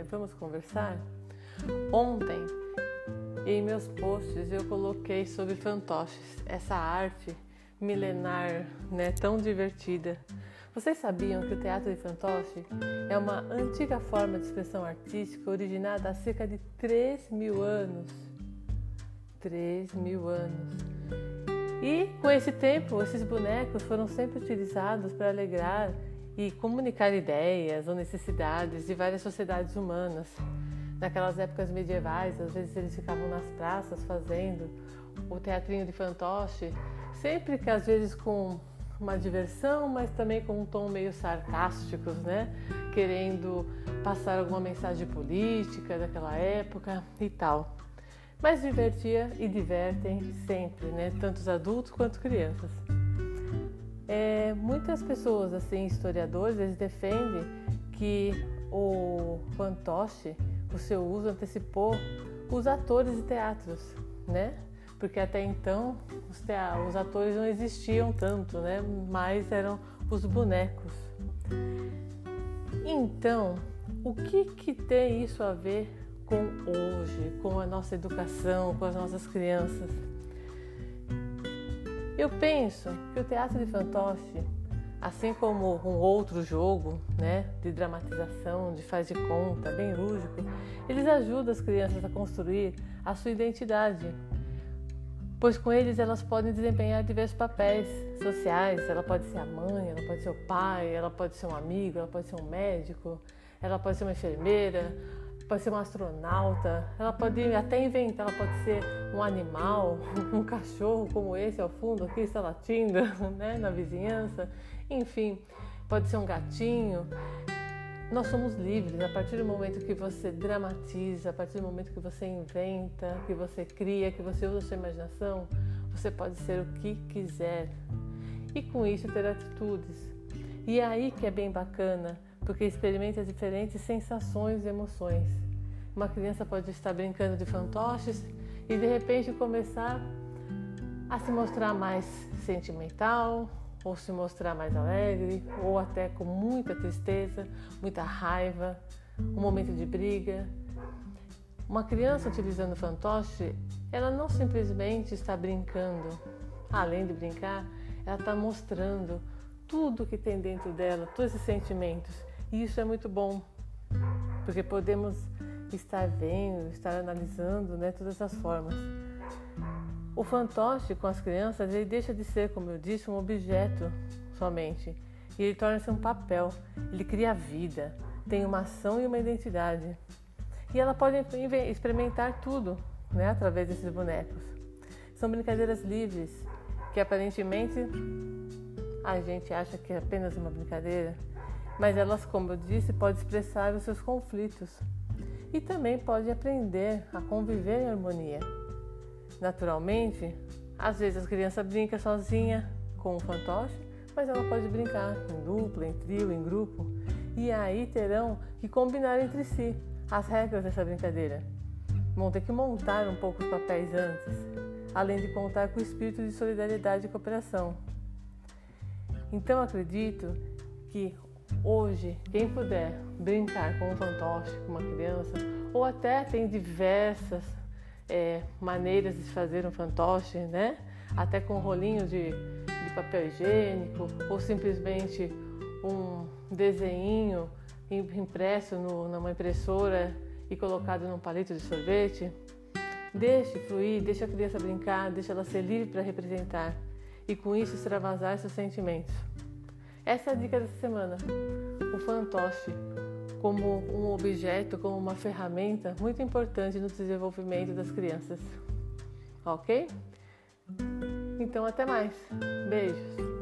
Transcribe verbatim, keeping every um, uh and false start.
Vamos conversar? Ontem, em meus posts, eu coloquei sobre fantoches, essa arte milenar, né, tão divertida. Vocês sabiam que o teatro de fantoche é uma antiga forma de expressão artística originada há cerca de três mil anos? três mil anos. E com esse tempo, esses bonecos foram sempre utilizados para alegrar e comunicar ideias ou necessidades de várias sociedades humanas. Naquelas épocas medievais, às vezes eles ficavam nas praças fazendo o teatrinho de fantoche, sempre que às vezes com uma diversão, mas também com um tom meio sarcástico, né? Querendo passar alguma mensagem política daquela época e tal. Mas divertia e divertem sempre, né? Tanto os adultos quanto crianças. É, muitas pessoas, assim, historiadores, eles defendem que o fantoche, o seu uso antecipou os atores de teatros, né? Porque até então os, teatros, os atores não existiam tanto, né? Mas eram os bonecos. Então, o que que tem isso a ver com hoje, com a nossa educação, com as nossas crianças? Eu penso que o teatro de fantoche, assim como um outro jogo, né, de dramatização, de faz de conta, bem lúdico, eles ajudam as crianças a construir a sua identidade, pois com eles elas podem desempenhar diversos papéis sociais. Ela pode ser a mãe, ela pode ser o pai, ela pode ser um amigo, ela pode ser um médico, ela pode ser uma enfermeira, pode ser uma astronauta, ela pode até inventar, ela pode ser um animal, um cachorro como esse ao fundo aqui está latindo, né, na vizinhança, enfim, pode ser um gatinho. Nós somos livres a partir do momento que você dramatiza, a partir do momento que você inventa, que você cria, que você usa a sua imaginação, você pode ser o que quiser e com isso ter atitudes. E é aí que é bem bacana, porque experimenta diferentes sensações e emoções. Uma criança pode estar brincando de fantoches e de repente começar a se mostrar mais sentimental, ou se mostrar mais alegre, ou até com muita tristeza, muita raiva, um momento de briga. Uma criança utilizando fantoche, ela não simplesmente está brincando. Além de brincar, ela está mostrando tudo que tem dentro dela, todos esses sentimentos. E isso é muito bom, porque podemos estar vendo, estar analisando, né, todas essas formas. O fantoche com as crianças, ele deixa de ser, como eu disse, um objeto somente. E ele torna-se um papel, ele cria vida, tem uma ação e uma identidade. E ela pode experimentar tudo, né, através desses bonecos. São brincadeiras livres, que aparentemente a gente acha que é apenas uma brincadeira, mas elas, como eu disse, podem expressar os seus conflitos e também pode aprender a conviver em harmonia. Naturalmente, às vezes a criança brinca sozinha com o fantoche, mas ela pode brincar em dupla, em trio, em grupo, e aí terão que combinar entre si as regras dessa brincadeira. Vão ter que montar um pouco os papéis antes, além de contar com o espírito de solidariedade e cooperação. Então acredito que hoje, quem puder brincar com um fantoche, com uma criança, ou até tem diversas é, maneiras de fazer um fantoche, né? Até com um rolinho de, de papel higiênico, ou simplesmente um desenho impresso no, numa impressora e colocado num palito de sorvete. Deixe fluir, deixe a criança brincar, deixe ela ser livre para representar e com isso extravasar seus sentimentos. Essa é a dica dessa semana. O fantoche como um objeto, como uma ferramenta muito importante no desenvolvimento das crianças. Ok? Então até mais. Beijos.